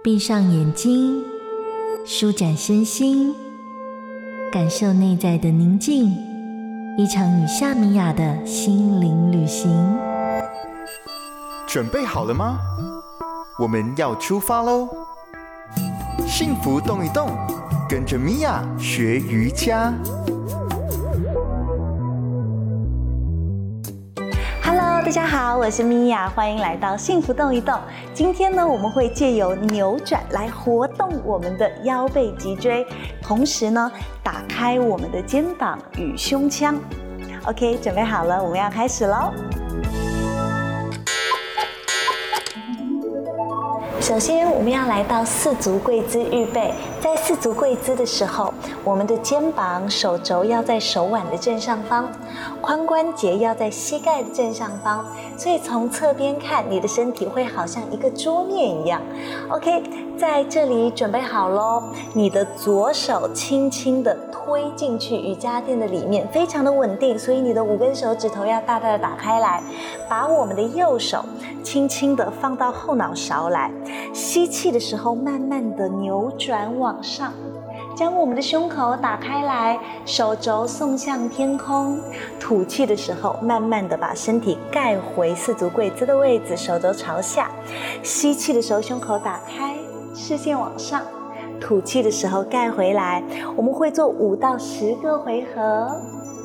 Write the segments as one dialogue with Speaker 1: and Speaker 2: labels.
Speaker 1: 闭上眼睛，舒展身心，感受内在的宁静，一场与夏米雅的心灵旅行。
Speaker 2: 准备好了吗？我们要出发喽！幸福动一动，跟着米娅学瑜伽。
Speaker 3: 大家好，我是米娅，欢迎来到幸福动一动。今天呢，我们会借由扭转来活动我们的腰背脊椎，同时呢，打开我们的肩膀与胸腔。OK， 准备好了，我们要开始喽。首先，我们要来到四足跪姿预备。在四足跪姿的时候，我们的肩膀、手肘要在手腕的正上方，髋关节要在膝盖的正上方。所以从侧边看，你的身体会好像一个桌面一样。OK， 在这里准备好咯，你的左手轻轻的推进去瑜伽垫的里面，非常的稳定，所以你的5根手指头要大大的打开来，把我们的右手轻轻的放到后脑勺来，吸气的时候慢慢的扭转往上，将我们的胸口打开来，手肘送向天空。吐气的时候慢慢的把身体盖回四足跪姿的位置，手肘朝下。吸气的时候胸口打开，视线往上。吐气的时候盖回来。我们会做5到10个回合。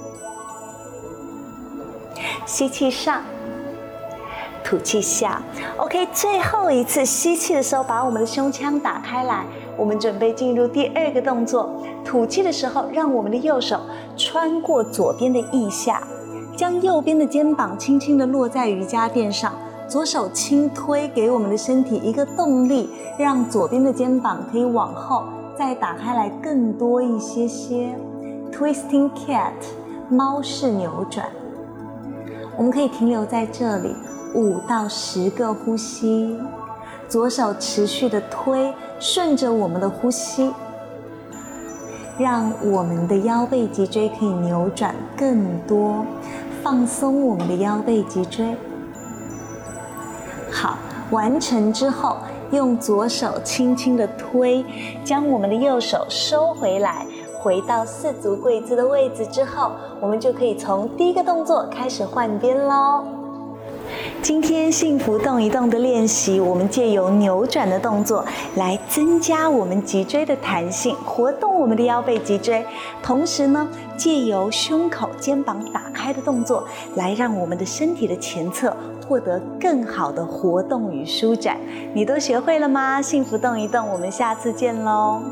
Speaker 3: 吸气上，吐气下。 OK， 最后一次吸气的时候把我们的胸腔打开来，我们准备进入第2个动作。吐气的时候让我们的右手穿过左边的腋下，将右边的肩膀轻轻的落在瑜伽垫上，左手轻推，给我们的身体一个动力，让左边的肩膀可以往后再打开来更多一些些。 Twisting Cat 猫式扭转，我们可以停留在这里5到10个呼吸，左手持续的推，顺着我们的呼吸，让我们的腰背脊椎可以扭转更多，放松我们的腰背脊椎。好，完成之后，用左手轻轻的推，将我们的右手收回来，回到四足跪姿的位置之后，我们就可以从第1个动作开始换边咯。今天幸福动一动的练习，我们借由扭转的动作来增加我们脊椎的弹性，活动我们的腰背脊椎，同时呢，借由胸口肩膀打开的动作来让我们的身体的前侧获得更好的活动与舒展。你都学会了吗？幸福动一动，我们下次见咯。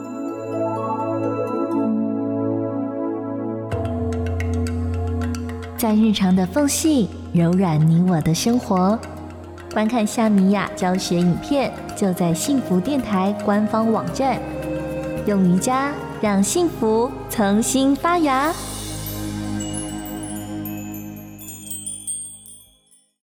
Speaker 1: 在日常的缝隙柔软你我的生活。观看夏米雅教学影片，就在幸福电台官方网站。用瑜伽让幸福重新发芽。